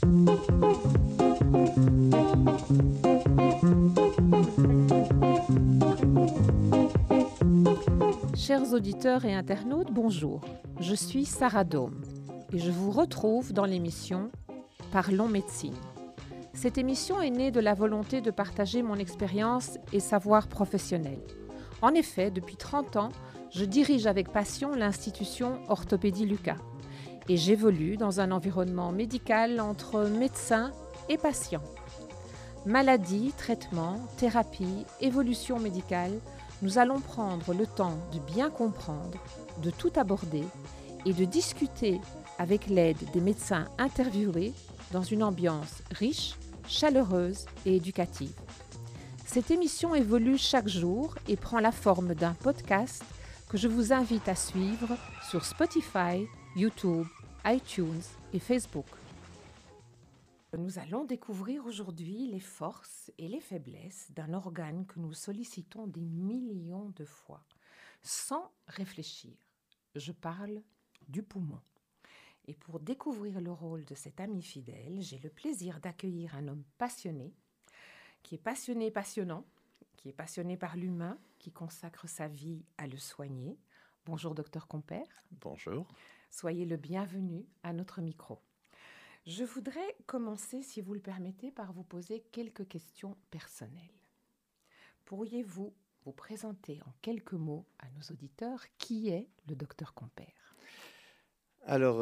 Chers auditeurs et internautes, bonjour. Je suis Sarah Dôme et je vous retrouve dans l'émission Parlons médecine. Cette émission est née de la volonté de partager mon expérience et savoir professionnel. En effet, depuis 30 ans, je dirige avec passion l'institution Orthopédie Lucas et j'évolue dans un environnement médical entre médecins et patients. Maladie, traitement, thérapie, évolution médicale, nous allons prendre le temps de bien comprendre, de tout aborder et de discuter avec l'aide des médecins interviewés dans une ambiance riche, chaleureuse et éducative. Cette émission évolue chaque jour et prend la forme d'un podcast que je vous invite à suivre sur Spotify, YouTube, iTunes et Facebook. Nous allons découvrir aujourd'hui les forces et les faiblesses d'un organe que nous sollicitons des millions de fois, sans réfléchir. Je parle du poumon. Et pour découvrir le rôle de cet ami fidèle, j'ai le plaisir d'accueillir un homme passionné, qui est passionnant, qui est passionné par l'humain, qui consacre sa vie à le soigner. Bonjour, docteur Compère. Bonjour. Soyez le bienvenu à notre micro. Je voudrais commencer, si vous le permettez, par vous poser quelques questions personnelles. Pourriez-vous vous présenter en quelques mots à nos auditeurs qui est le docteur Compère ? Alors,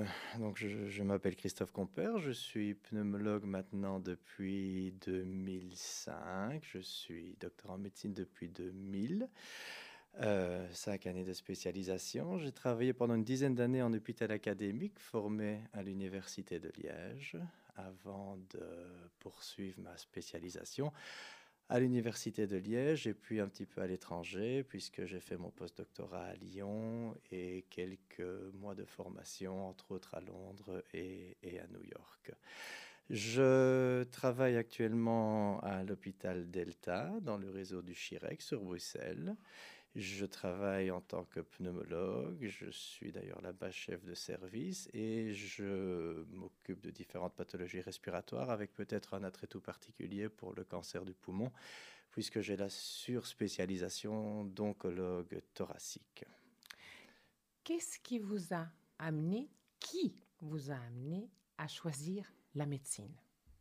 je m'appelle Christophe Compère, je suis pneumologue maintenant depuis 2005, je suis docteur en médecine depuis 2000. 5 années de spécialisation. J'ai travaillé pendant une dizaine d'années en hôpital académique, formé à l'université de Liège, avant de poursuivre ma spécialisation à l'université de Liège et puis un petit peu à l'étranger, puisque j'ai fait mon postdoctorat à Lyon et quelques mois de formation, entre autres à Londres et à New York. Je travaille actuellement à l'hôpital Delta, dans le réseau du Chirec, sur Bruxelles. Je travaille en tant que pneumologue, je suis d'ailleurs là-bas chef de service et je m'occupe de différentes pathologies respiratoires avec peut-être un attrait tout particulier pour le cancer du poumon puisque j'ai la surspécialisation d'oncologue thoracique. Qu'est-ce qui vous a amené à choisir la médecine ?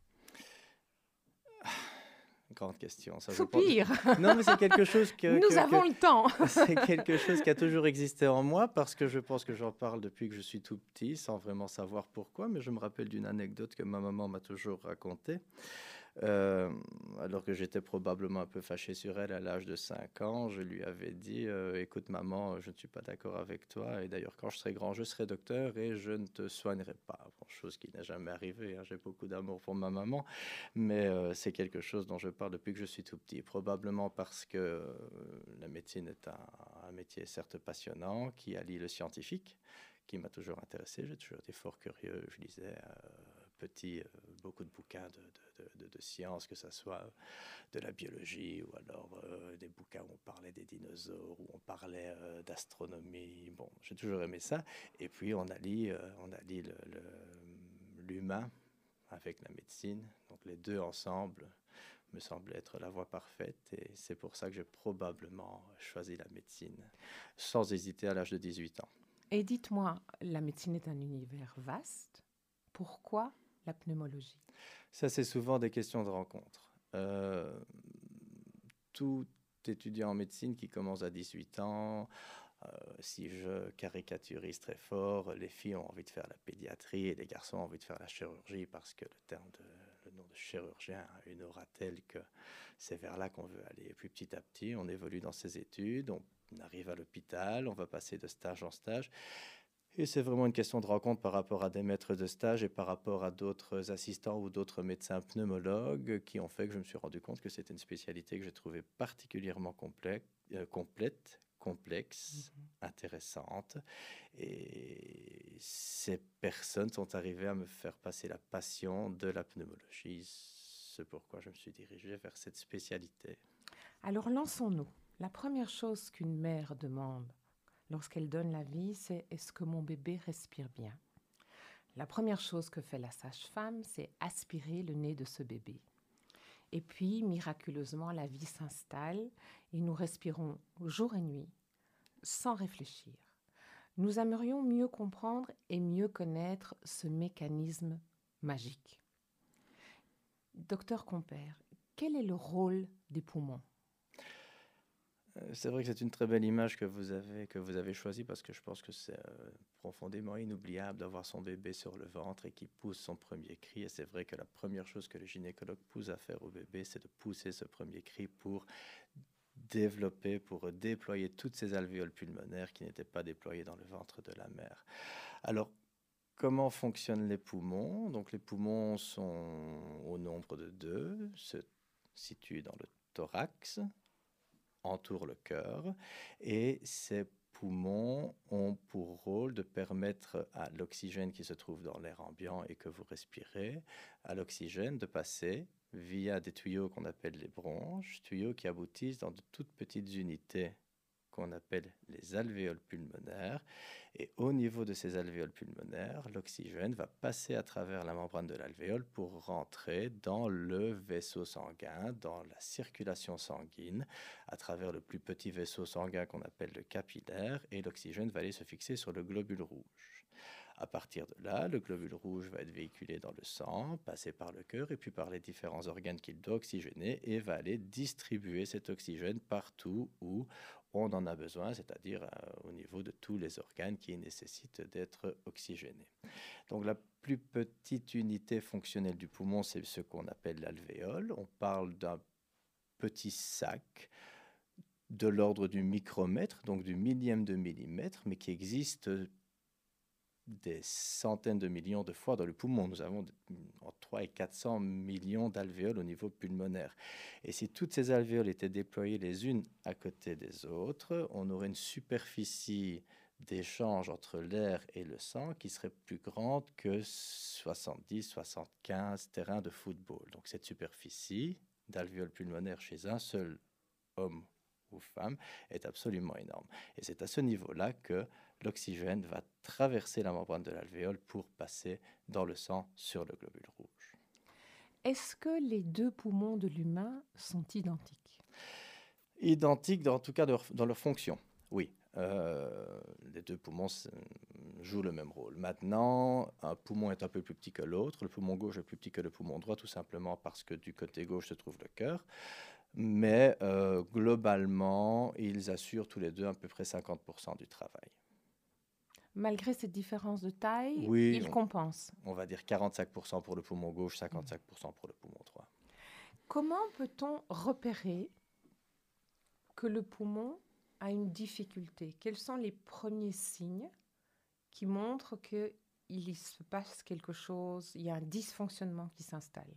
Grande question. Ça, Soupir. Non, mais c'est quelque chose Nous avons le temps. C'est quelque chose qui a toujours existé en moi parce que je pense que j'en parle depuis que je suis tout petit sans vraiment savoir pourquoi. Mais je me rappelle d'une anecdote que ma maman m'a toujours racontée. Alors que j'étais probablement un peu fâché sur elle à l'âge de 5 ans, je lui avais dit écoute maman, je ne suis pas d'accord avec toi et d'ailleurs quand je serai grand je serai docteur et je ne te soignerai pas. Bon, chose qui n'est jamais arrivée, hein. J'ai beaucoup d'amour pour ma maman, mais c'est quelque chose dont je parle depuis que je suis tout petit, probablement parce que la médecine est un métier certes passionnant qui allie le scientifique, qui m'a toujours intéressé, j'ai toujours été fort curieux, je lisais petit beaucoup de bouquins de sciences, que ce soit de la biologie ou alors des bouquins où on parlait des dinosaures, où on parlait d'astronomie. Bon, j'ai toujours aimé ça. Et puis on allie l'humain avec la médecine. Donc les deux ensemble me semble être la voie parfaite et c'est pour ça que j'ai probablement choisi la médecine sans hésiter à l'âge de 18 ans. Et dites-moi, la médecine est un univers vaste. Pourquoi la pneumologie ? Ça, c'est souvent des questions de rencontre. Tout étudiant en médecine qui commence à 18 ans, si je caricaturise très fort, les filles ont envie de faire la pédiatrie et les garçons ont envie de faire la chirurgie parce que le nom de chirurgien a une aura telle que c'est vers là qu'on veut aller. Et puis petit à petit, on évolue dans ses études, on arrive à l'hôpital, on va passer de stage en stage. Et c'est vraiment une question de rencontre par rapport à des maîtres de stage et par rapport à d'autres assistants ou d'autres médecins pneumologues qui ont fait que je me suis rendu compte que c'était une spécialité que j'ai trouvée particulièrement complète, complexe, intéressante. Et ces personnes sont arrivées à me faire passer la passion de la pneumologie. C'est pourquoi je me suis dirigé vers cette spécialité. Alors lançons-nous. La première chose qu'une mère demande lorsqu'elle donne la vie, c'est « est-ce que mon bébé respire bien ?» La première chose que fait la sage-femme, c'est aspirer le nez de ce bébé. Et puis, miraculeusement, la vie s'installe et nous respirons jour et nuit, sans réfléchir. Nous aimerions mieux comprendre et mieux connaître ce mécanisme magique. Docteur Compère, quel est le rôle des poumons? C'est vrai que c'est une très belle image que vous avez choisie parce que je pense que c'est profondément inoubliable d'avoir son bébé sur le ventre et qui pousse son premier cri. Et c'est vrai que la première chose que le gynécologue pousse à faire au bébé, c'est de pousser ce premier cri pour développer, pour déployer toutes ces alvéoles pulmonaires qui n'étaient pas déployées dans le ventre de la mère. Alors, comment fonctionnent les poumons? Donc, les poumons sont au nombre de 2, se situent dans le thorax, entourent le cœur, et ces poumons ont pour rôle de permettre à l'oxygène qui se trouve dans l'air ambiant et que vous respirez, à l'oxygène de passer via des tuyaux qu'on appelle les bronches, tuyaux qui aboutissent dans de toutes petites unités qu'on appelle les alvéoles pulmonaires. Et au niveau de ces alvéoles pulmonaires, l'oxygène va passer à travers la membrane de l'alvéole pour rentrer dans le vaisseau sanguin, dans la circulation sanguine, à travers le plus petit vaisseau sanguin qu'on appelle le capillaire, et l'oxygène va aller se fixer sur le globule rouge. À partir de là, le globule rouge va être véhiculé dans le sang, passer par le cœur et puis par les différents organes qu'il doit oxygéner et va aller distribuer cet oxygène partout où on en a besoin, c'est-à-dire au niveau de tous les organes qui nécessitent d'être oxygénés. Donc la plus petite unité fonctionnelle du poumon, c'est ce qu'on appelle l'alvéole. On parle d'un petit sac de l'ordre du micromètre, donc du millième de millimètre, mais qui existe des centaines de millions de fois dans le poumon. Nous avons entre 3 et 400 millions d'alvéoles au niveau pulmonaire. Et si toutes ces alvéoles étaient déployées les unes à côté des autres, on aurait une superficie d'échange entre l'air et le sang qui serait plus grande que 70-75 terrains de football. Donc cette superficie d'alvéoles pulmonaires chez un seul homme ou femme est absolument énorme. Et c'est à ce niveau-là que l'oxygène va traverser la membrane de l'alvéole pour passer dans le sang sur le globule rouge. Est-ce que les deux poumons de l'humain sont identiques? Identiques, en tout cas dans leur fonction, oui. Les deux poumons jouent le même rôle. Maintenant, un poumon est un peu plus petit que l'autre. Le poumon gauche est plus petit que le poumon droit, tout simplement parce que du côté gauche se trouve le cœur. Mais globalement, ils assurent tous les deux à peu près 50% du travail. Malgré cette différence de taille, Oui, ils compensent. On va dire 45% pour le poumon gauche, 55% pour le poumon droit. Comment peut-on repérer que le poumon a une difficulté? Quels sont les premiers signes qui montrent qu'il se passe quelque chose, il y a un dysfonctionnement qui s'installe?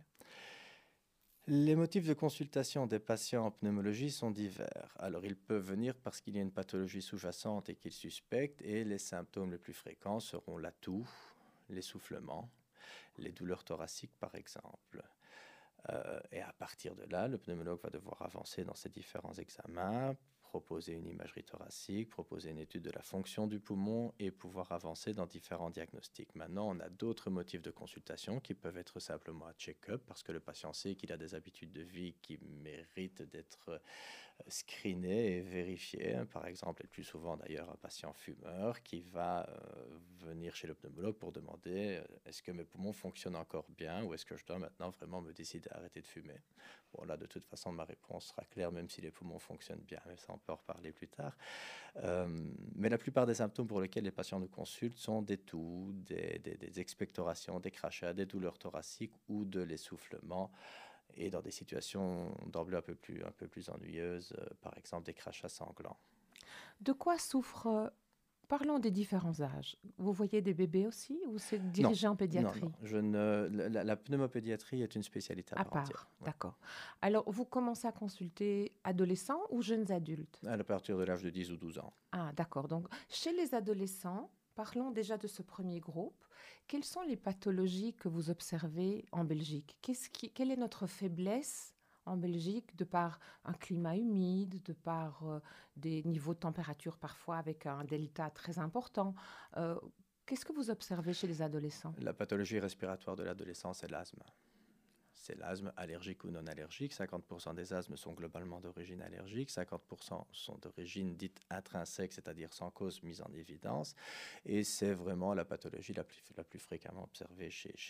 Les motifs de consultation des patients en pneumologie sont divers. Alors, ils peuvent venir parce qu'il y a une pathologie sous-jacente et qu'ils suspectent, et les symptômes les plus fréquents seront la toux, l'essoufflement, les douleurs thoraciques par exemple. Et à partir de là, le pneumologue va devoir avancer dans ces différents examens, proposer une imagerie thoracique, proposer une étude de la fonction du poumon et pouvoir avancer dans différents diagnostics. Maintenant, on a d'autres motifs de consultation qui peuvent être simplement un check-up parce que le patient sait qu'il a des habitudes de vie qui méritent d'être screenées et vérifiées. Par exemple, et le plus souvent d'ailleurs un patient fumeur qui va venir chez le pneumologue pour demander est-ce que mes poumons fonctionnent encore bien ou est-ce que je dois maintenant vraiment me décider à arrêter de fumer. Bon, là, de toute façon, ma réponse sera claire, même si les poumons fonctionnent bien, mais ça, on peut en reparler plus tard. Mais la plupart des symptômes pour lesquels les patients nous consultent sont des toux, des expectorations, des crachats, des douleurs thoraciques ou de l'essoufflement. Et dans des situations d'emblée un peu plus ennuyeuses, par exemple des crachats sanglants. De quoi souffrent... Parlons des différents âges. Vous voyez des bébés aussi ou c'est dirigé en pédiatrie? Non. La pneumopédiatrie est une spécialité à part entière. Ouais. D'accord. Alors, vous commencez à consulter adolescents ou jeunes adultes? À partir de l'âge de 10 ou 12 ans. Ah, d'accord. Donc, chez les adolescents, parlons déjà de ce premier groupe. Quelles sont les pathologies que vous observez en Belgique? Quelle est notre faiblesse en Belgique, de par un climat humide, de par des niveaux de température parfois avec un delta très important? Qu'est-ce que vous observez chez les adolescents? La pathologie respiratoire de l'adolescence, c'est l'asthme. C'est l'asthme allergique ou non allergique. 50% des asthmes sont globalement d'origine allergique, 50% sont d'origine dite intrinsèque, c'est-à-dire sans cause mise en évidence. Et c'est vraiment la pathologie la plus fréquemment observée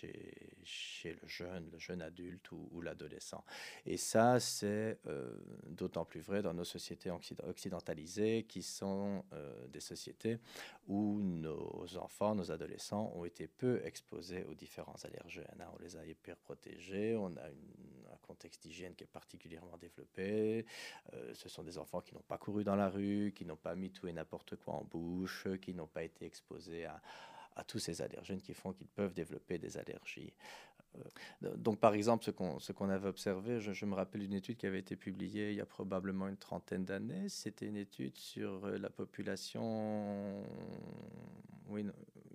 chez le jeune adulte ou l'adolescent. Et ça, c'est d'autant plus vrai dans nos sociétés occidentalisées, qui sont des sociétés où nos enfants, nos adolescents ont été peu exposés aux différents allergènes. On les a hyper protégés, on a un contexte d'hygiène qui est particulièrement développé. Ce sont des enfants qui n'ont pas couru dans la rue, qui n'ont pas mis tout et n'importe quoi en bouche, qui n'ont pas été exposés à tous ces allergènes qui font qu'ils peuvent développer des allergies. Donc, par exemple, ce qu'on avait observé, je me rappelle d'une étude qui avait été publiée il y a probablement une trentaine d'années. C'était une étude sur la population, oui,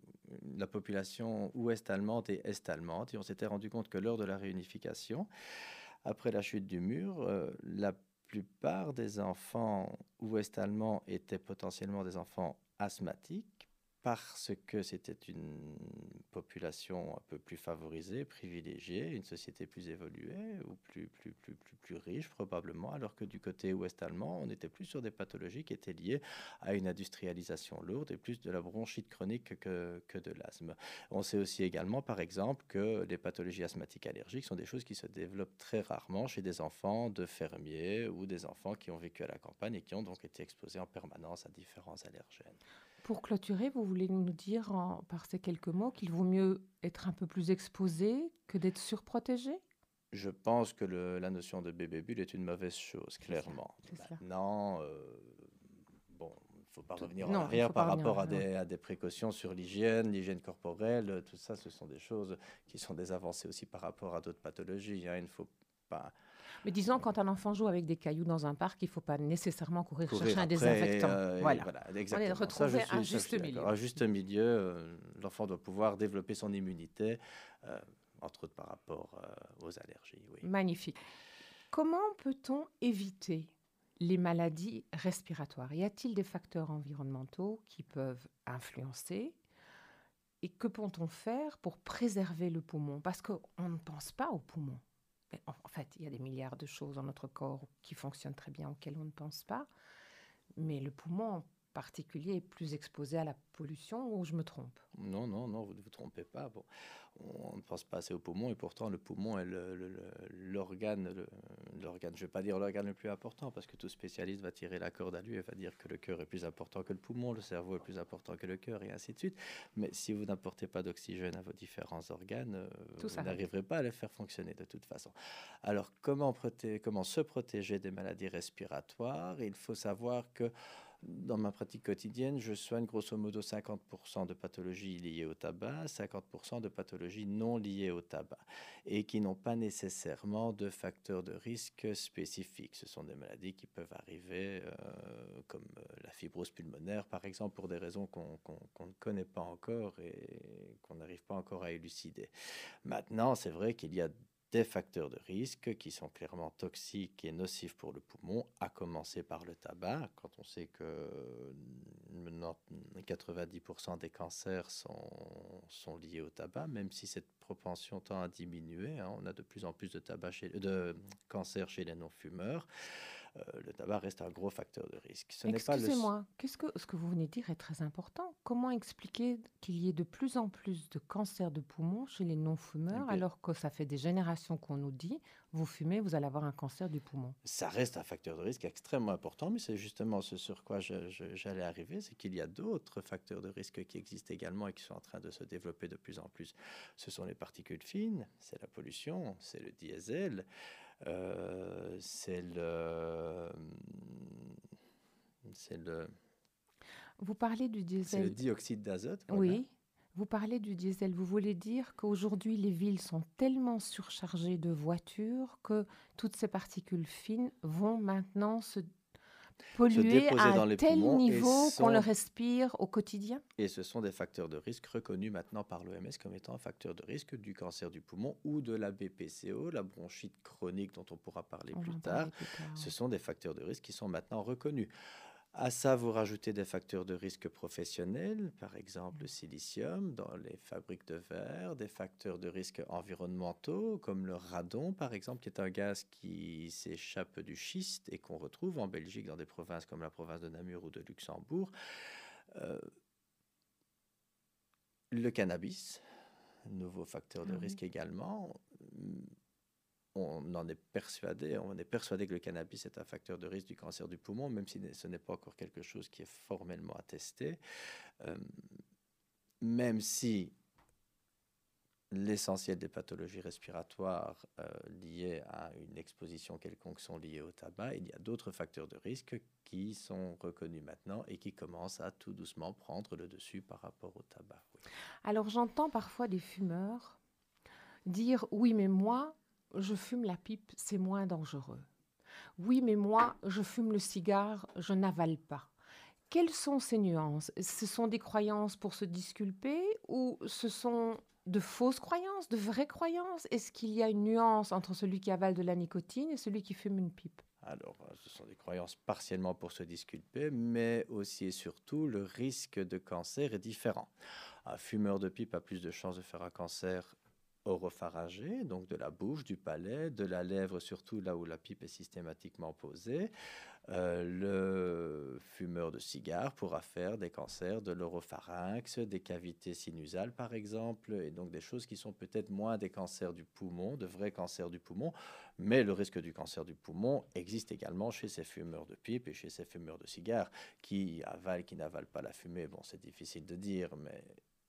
la population ouest-allemande et est-allemande. Et on s'était rendu compte que lors de la réunification, après la chute du mur, la plupart des enfants ouest-allemands étaient potentiellement des enfants asthmatiques, parce que c'était une population un peu plus favorisée, privilégiée, une société plus évoluée ou plus riche probablement, alors que du côté ouest-allemand, on était plus sur des pathologies qui étaient liées à une industrialisation lourde et plus de la bronchite chronique que de l'asthme. On sait aussi également, par exemple, que les pathologies asthmatiques allergiques sont des choses qui se développent très rarement chez des enfants de fermiers ou des enfants qui ont vécu à la campagne et qui ont donc été exposés en permanence à différents allergènes. Pour clôturer, vous voulez nous dire par ces quelques mots qu'il vaut mieux être un peu plus exposé que d'être surprotégé? Je pense que la notion de bébé bulle est une mauvaise chose, clairement. Maintenant, bon, il ne faut pas revenir en arrière par rapport à des précautions sur l'hygiène corporelle, tout ça, ce sont des choses qui sont des avancées aussi par rapport à d'autres pathologies. Il ne faut pas... Mais disons, quand un enfant joue avec des cailloux dans un parc, il ne faut pas nécessairement courir chercher un désinfectant. Voilà, exactement. On est retrouvé un juste milieu. Un juste milieu, l'enfant doit pouvoir développer son immunité, entre autres par rapport aux allergies. Oui. Magnifique. Comment peut-on éviter les maladies respiratoires? Y a-t-il des facteurs environnementaux qui peuvent influencer? Et que peut-on faire pour préserver le poumon? Parce qu'on ne pense pas au poumon. En fait, il y a des milliards de choses dans notre corps qui fonctionnent très bien, auxquelles on ne pense pas. Mais le poumon en particulier est plus exposé à la pollution, ou je me trompe? Non, vous ne vous trompez pas. Bon, on ne pense pas assez au poumon et pourtant le poumon est l'organe, je ne vais pas dire l'organe le plus important parce que tout spécialiste va tirer la corde à lui et va dire que le cœur est plus important que le poumon, le cerveau est plus important que le cœur et ainsi de suite. Mais si vous n'apportez pas d'oxygène à vos différents organes, vous n'arriverez pas à les faire fonctionner de toute façon. Alors, comment se protéger des maladies respiratoires? Il faut savoir que dans ma pratique quotidienne, je soigne grosso modo 50% de pathologies liées au tabac, 50% de pathologies non liées au tabac et qui n'ont pas nécessairement de facteurs de risque spécifiques. Ce sont des maladies qui peuvent arriver comme la fibrose pulmonaire par exemple pour des raisons qu'on ne connaît pas encore et qu'on n'arrive pas encore à élucider. Maintenant, c'est vrai qu'il y a des facteurs de risque qui sont clairement toxiques et nocifs pour le poumon, à commencer par le tabac. Quand on sait que 90% des cancers sont liés au tabac, même si cette propension tend à diminuer, on a de plus en plus de cancers chez les non-fumeurs. Le tabac reste un gros facteur de risque. Excusez-moi, ce que vous venez de dire est très important. Comment expliquer qu'il y ait de plus en plus de cancers de poumon chez les non-fumeurs alors que ça fait des générations qu'on nous dit vous fumez, vous allez avoir un cancer du poumon? Ça reste un facteur de risque extrêmement important, mais c'est justement ce sur quoi j'allais arriver, c'est qu'il y a d'autres facteurs de risque qui existent également et qui sont en train de se développer de plus en plus. Ce sont les particules fines, c'est la pollution, c'est le diesel. Vous parlez du diesel. C'est le dioxyde d'azote. Voilà. Oui, vous parlez du diesel. Vous voulez dire qu'aujourd'hui, les villes sont tellement surchargées de voitures que toutes ces particules fines vont maintenant se polluer à un tel niveau qu'on le respire au quotidien? Et ce sont des facteurs de risque reconnus maintenant par l'OMS comme étant un facteur de risque du cancer du poumon ou de la BPCO, la bronchite chronique dont on pourra parler plus tard. Ce sont des facteurs de risque qui sont maintenant reconnus. À ça, vous rajoutez des facteurs de risque professionnels, par exemple le silicium dans les fabriques de verre, des facteurs de risque environnementaux comme le radon, par exemple, qui est un gaz qui s'échappe du schiste et qu'on retrouve en Belgique dans des provinces comme la province de Namur ou de Luxembourg. Euh, le cannabis, nouveau facteur de Ah oui. risque également. On est persuadé que le cannabis est un facteur de risque du cancer du poumon, même si ce n'est pas encore quelque chose qui est formellement attesté. Euh, Même si l'essentiel des pathologies respiratoires liées à une exposition quelconque sont liées au tabac, il y a d'autres facteurs de risque qui sont reconnus maintenant et qui commencent à tout doucement prendre le dessus par rapport au tabac. Oui. Alors j'entends parfois des fumeurs dire oui, mais moi, je fume la pipe, c'est moins dangereux. Oui, mais moi, je fume le cigare, je n'avale pas. Quelles sont ces nuances? Ce sont des croyances pour se disculper ou ce sont de fausses croyances, de vraies croyances? Est-ce qu'il y a une nuance entre celui qui avale de la nicotine et celui qui fume une pipe? Alors, ce sont des croyances partiellement pour se disculper, mais aussi et surtout, le risque de cancer est différent. Un fumeur de pipe a plus de chances de faire un cancer oropharyngé, donc de la bouche, du palais, de la lèvre, surtout là où la pipe est systématiquement posée. Le fumeur de cigare pourra faire des cancers de l'oropharynx, des cavités sinusales par exemple, et donc des choses qui sont peut-être moins des cancers du poumon, de vrais cancers du poumon, mais le risque du cancer du poumon existe également chez ces fumeurs de pipe et chez ces fumeurs de cigare qui avalent, qui n'avalent pas la fumée. Bon, c'est difficile de dire, mais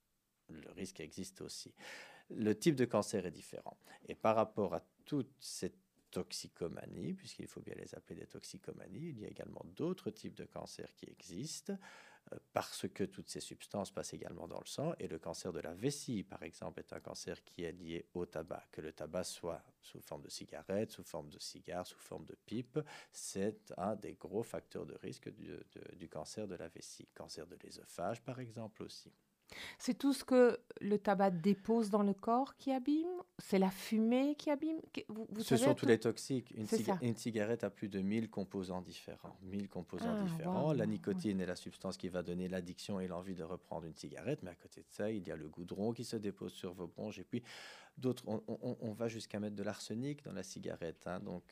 le risque existe aussi. Le type de cancer est différent. Et par rapport à toutes ces toxicomanies, puisqu'il faut bien les appeler des toxicomanies, il y a également d'autres types de cancers qui existent parce que toutes ces substances passent également dans le sang. Et le cancer de la vessie, par exemple, est un cancer qui est lié au tabac. Que le tabac soit sous forme de cigarette, sous forme de cigare, sous forme de pipe, c'est un des gros facteurs de risque du cancer de la vessie. Cancer de l'œsophage, par exemple, aussi. C'est tout ce que le tabac dépose dans le corps qui abîme? C'est la fumée qui abîme? Vous Ce savez sont tous tout? les toxiques. C'est ça. Une cigarette a plus de 1000 composants différents. 1000 composants Ah, différents. La waouh. Ouais. nicotine est la substance qui va donner l'addiction et l'envie de reprendre une cigarette. Mais à côté de ça, il y a le goudron qui se dépose sur vos bronches. Et puis d'autres, on va jusqu'à mettre de l'arsenic dans la cigarette. Hein. Donc,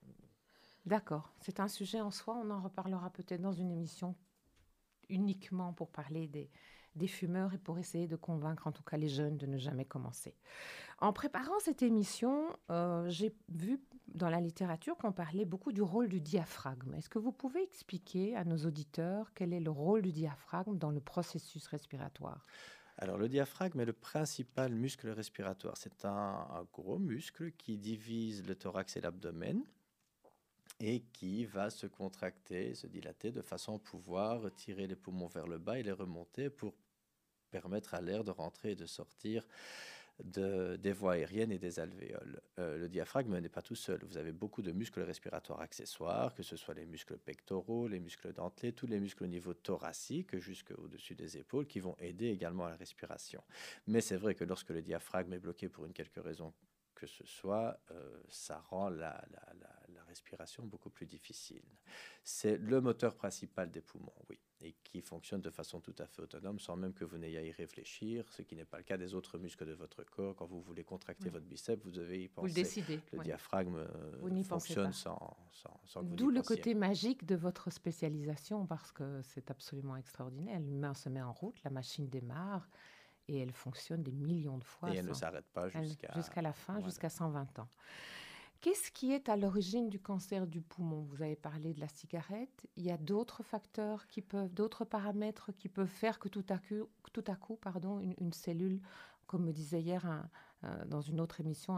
D'accord. C'est un sujet en soi. On en reparlera peut-être dans une émission uniquement pour parler des fumeurs et pour essayer de convaincre en tout cas les jeunes de ne jamais commencer. En préparant cette émission, j'ai vu dans la littérature qu'on parlait beaucoup du rôle du diaphragme. Est-ce que vous pouvez expliquer à nos auditeurs quel est le rôle du diaphragme dans le processus respiratoire? alors, le diaphragme est le principal muscle respiratoire. C'est un gros muscle qui divise le thorax et l'abdomen et qui va se contracter, se dilater de façon à pouvoir tirer les poumons vers le bas et les remonter pour permettre à l'air de rentrer et de sortir des voies aériennes et des alvéoles. Le diaphragme n'est pas tout seul. Vous avez beaucoup de muscles respiratoires accessoires, que ce soit les muscles pectoraux, les muscles dentelés, tous les muscles au niveau thoracique jusqu'au-dessus des épaules qui vont aider également à la respiration. Mais c'est vrai que lorsque le diaphragme est bloqué pour une quelque raison que ce soit, ça rend la respiration beaucoup plus difficile. C'est le moteur principal des poumons, oui, et qui fonctionne de façon tout à fait autonome sans même que vous n'ayez à y réfléchir, ce qui n'est pas le cas des autres muscles de votre corps. Quand vous voulez contracter Oui. votre biceps, vous devez y Vous le penser. décidez, Le oui. diaphragme Vous n'y pensez fonctionne pas. sans que vous y D'où le pensiez. côté magique de votre spécialisation, parce que c'est absolument extraordinaire. L'humain se met en route, la machine démarre et elle fonctionne des millions de fois Et elle ne s'arrête pas jusqu'à la fin, voilà. jusqu'à 120 ans. Qu'est-ce qui est à l'origine du cancer du poumon? Vous avez parlé de la cigarette. Il y a d'autres facteurs d'autres paramètres qui peuvent faire que tout à coup, pardon, une cellule, comme me disait hier dans une autre émission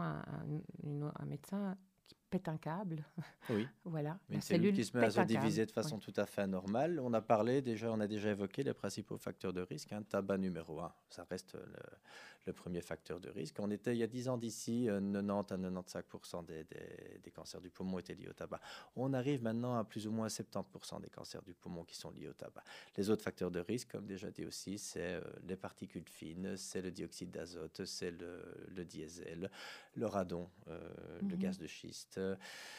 un médecin, qui pète un câble. Oui. Voilà, Une la cellule qui cellule se met à pète se un câble. diviser de façon Oui. tout à fait anormale. On a déjà évoqué les principaux facteurs de risque. Tabac numéro un, ça reste le premier facteur de risque. On était il y a 10 ans d'ici, 90 à 95% des cancers du poumon étaient liés au tabac. On arrive maintenant à plus ou moins 70% des cancers du poumon qui sont liés au tabac. Les autres facteurs de risque, comme déjà dit aussi, c'est les particules fines, c'est le dioxyde d'azote, c'est le diesel, le radon, le gaz de schiste.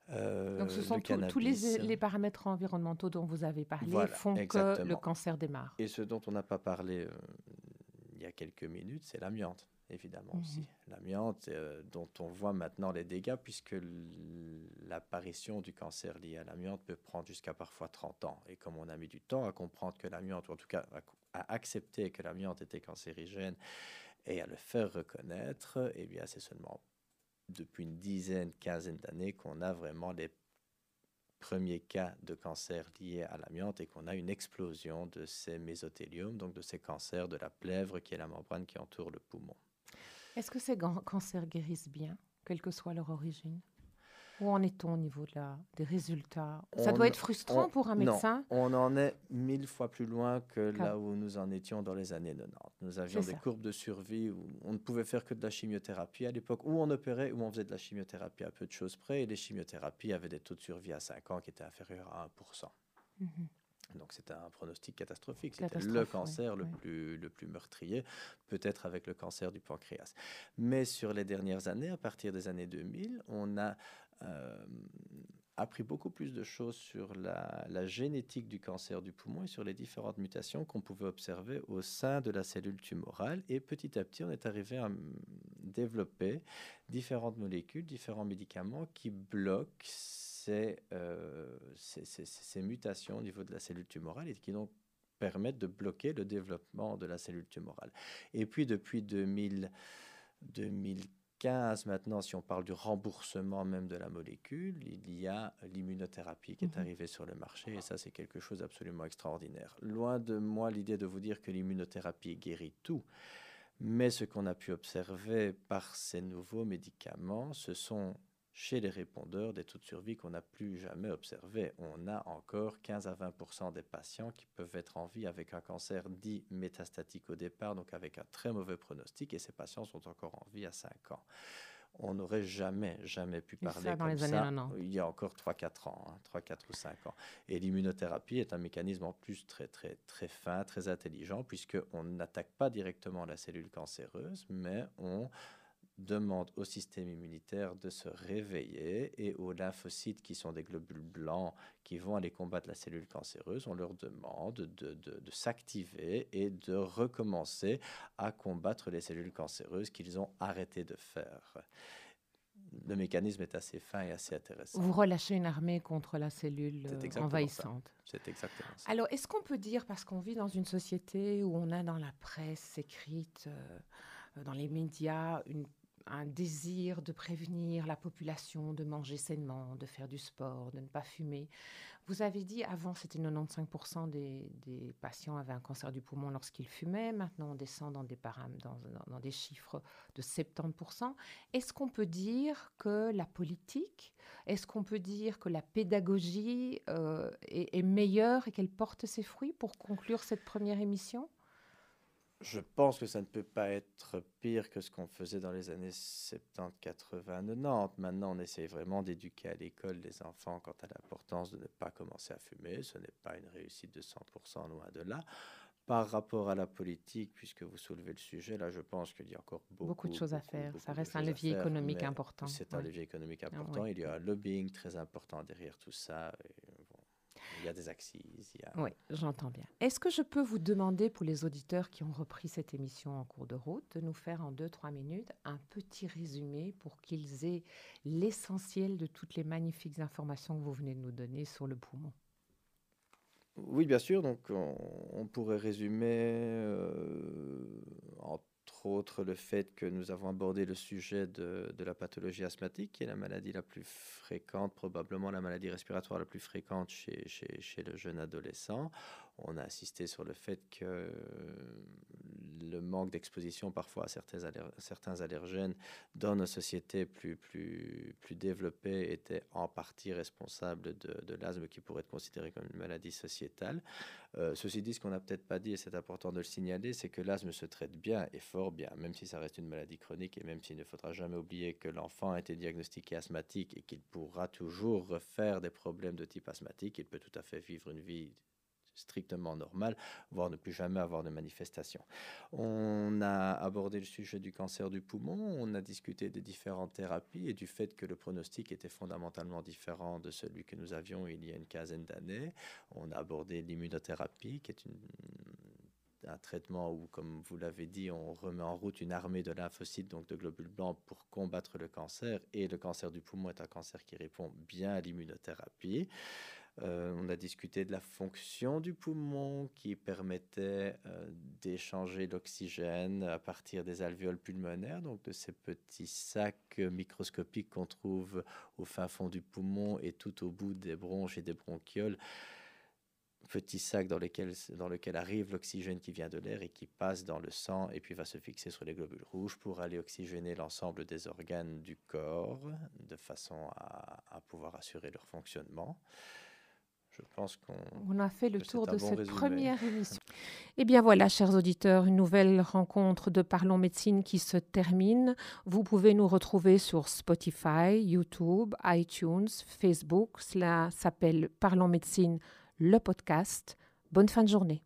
Donc ce sont le tous cannabis. les paramètres environnementaux dont vous avez parlé Voilà, font que le exactement. cancer démarre. Et ce dont on n'a pas parlé il y a quelques minutes, c'est l'amiante, évidemment aussi. L'amiante dont on voit maintenant les dégâts, puisque l'apparition du cancer lié à l'amiante peut prendre jusqu'à parfois 30 ans. Et comme on a mis du temps à comprendre que l'amiante, ou en tout cas à accepter que l'amiante était cancérigène et à le faire reconnaître, eh bien c'est seulement depuis une dizaine, quinzaine d'années qu'on a vraiment les premiers cas de cancer liés à l'amiante et qu'on a une explosion de ces mésothéliomes, donc de ces cancers de la plèvre qui est la membrane qui entoure le poumon. Est-ce que ces cancers guérissent bien, quelle que soit leur origine? Où en est-on au niveau des résultats? Ça doit être frustrant pour un Non, médecin. on en est 1000 fois plus loin que Car- là où nous en étions dans les années 90. Nous avions C'est des ça. courbes de survie où on ne pouvait faire que de la chimiothérapie à l'époque, où on opérait, où on faisait de la chimiothérapie à peu de choses près, et les chimiothérapies avaient des taux de survie à 5 ans qui étaient inférieurs à 1%. Mhm. Donc c'était un pronostic catastrophique. C'était le Catastrophe, cancer oui. le plus meurtrier, peut-être avec le cancer du pancréas. Mais sur les dernières années, à partir des années 2000, on a appris beaucoup plus de choses sur la génétique du cancer du poumon et sur les différentes mutations qu'on pouvait observer au sein de la cellule tumorale. Et petit à petit, on est arrivé à développer différentes molécules, différents médicaments qui bloquent ces mutations au niveau de la cellule tumorale et qui donc permettent de bloquer le développement de la cellule tumorale. Et puis depuis 2015 maintenant, si on parle du remboursement même de la molécule, il y a l'immunothérapie qui est arrivée sur le marché et ça c'est quelque chose d'absolument extraordinaire. Loin de moi l'idée de vous dire que l'immunothérapie guérit tout, mais ce qu'on a pu observer par ces nouveaux médicaments, ce sont chez les répondeurs des taux de survie qu'on n'a plus jamais observés. On a encore 15 à 20% des patients qui peuvent être en vie avec un cancer dit métastatique au départ, donc avec un très mauvais pronostic, et ces patients sont encore en vie à 5 ans. On n'aurait jamais pu parler dans comme les années ça 90. il y a encore 3-4 ans, 3-4 ou 5 ans. Et l'immunothérapie est un mécanisme en plus très fin, très intelligent, puisqu'on n'attaque pas directement la cellule cancéreuse, mais on demande au système immunitaire de se réveiller et aux lymphocytes qui sont des globules blancs qui vont aller combattre la cellule cancéreuse, on leur demande de s'activer et de recommencer à combattre les cellules cancéreuses qu'ils ont arrêté de faire. Le mécanisme est assez fin et assez intéressant. Vous relâchez une armée contre la cellule envahissante. C'est exactement ça. Alors, est-ce qu'on peut dire, parce qu'on vit dans une société où on a dans la presse écrite, dans les médias, un désir de prévenir la population, de manger sainement, de faire du sport, de ne pas fumer. Vous avez dit, avant, c'était 95% des patients avaient un cancer du poumon lorsqu'ils fumaient. Maintenant, on descend dans dans des chiffres de 70%. Est-ce qu'on peut dire que la politique, est-ce qu'on peut dire que la pédagogie est meilleure et qu'elle porte ses fruits pour conclure cette première émission ? Je pense que ça ne peut pas être pire que ce qu'on faisait dans les années 70, 80, 90. Maintenant, on essaye vraiment d'éduquer à l'école les enfants quant à l'importance de ne pas commencer à fumer. Ce n'est pas une réussite de 100%, loin de là. Par rapport à la politique, puisque vous soulevez le sujet, là, je pense qu'il y a encore beaucoup de choses à faire. Ça reste un choses à levier faire, économique mais important. c'est un levier économique important. Oui. Il y a un lobbying très important derrière tout ça. Et bon, il y a des axes. Oui, j'entends bien. Est-ce que je peux vous demander, pour les auditeurs qui ont repris cette émission en cours de route, de nous faire en 2-3 minutes un petit résumé pour qu'ils aient l'essentiel de toutes les magnifiques informations que vous venez de nous donner sur le poumon? Oui, bien sûr. Donc, on pourrait résumer, entre autres, le fait que nous avons abordé le sujet de la pathologie asthmatique, qui est la maladie la plus fréquente, probablement la maladie respiratoire la plus fréquente chez le jeune adolescent. On a insisté sur le fait que le manque d'exposition parfois à certains allergènes dans nos sociétés plus développées était en partie responsable de l'asthme qui pourrait être considéré comme une maladie sociétale. Ceci dit, ce qu'on n'a peut-être pas dit, et c'est important de le signaler, c'est que l'asthme se traite bien et fort bien, même si ça reste une maladie chronique et même s'il ne faudra jamais oublier que l'enfant a été diagnostiqué asthmatique et qu'il pourra toujours refaire des problèmes de type asthmatique, il peut tout à fait vivre une vie strictement normal, voire ne plus jamais avoir de manifestation. On a abordé le sujet du cancer du poumon, on a discuté des différentes thérapies et du fait que le pronostic était fondamentalement différent de celui que nous avions il y a une quinzaine d'années. On a abordé l'immunothérapie, qui est un traitement où, comme vous l'avez dit, on remet en route une armée de lymphocytes, donc de globules blancs, pour combattre le cancer. Et le cancer du poumon est un cancer qui répond bien à l'immunothérapie. On a discuté de la fonction du poumon qui permettait d'échanger l'oxygène à partir des alvéoles pulmonaires, donc de ces petits sacs microscopiques qu'on trouve au fin fond du poumon et tout au bout des bronches et des bronchioles. Petit sac dans lequel arrive l'oxygène qui vient de l'air et qui passe dans le sang et puis va se fixer sur les globules rouges pour aller oxygéner l'ensemble des organes du corps de façon à pouvoir assurer leur fonctionnement. Je pense qu'on a fait le tour de cette résumé. Première émission. Eh bien voilà, chers auditeurs, une nouvelle rencontre de Parlons Médecine qui se termine. Vous pouvez nous retrouver sur Spotify, YouTube, iTunes, Facebook. Cela s'appelle Parlons Médecine, le podcast. Bonne fin de journée.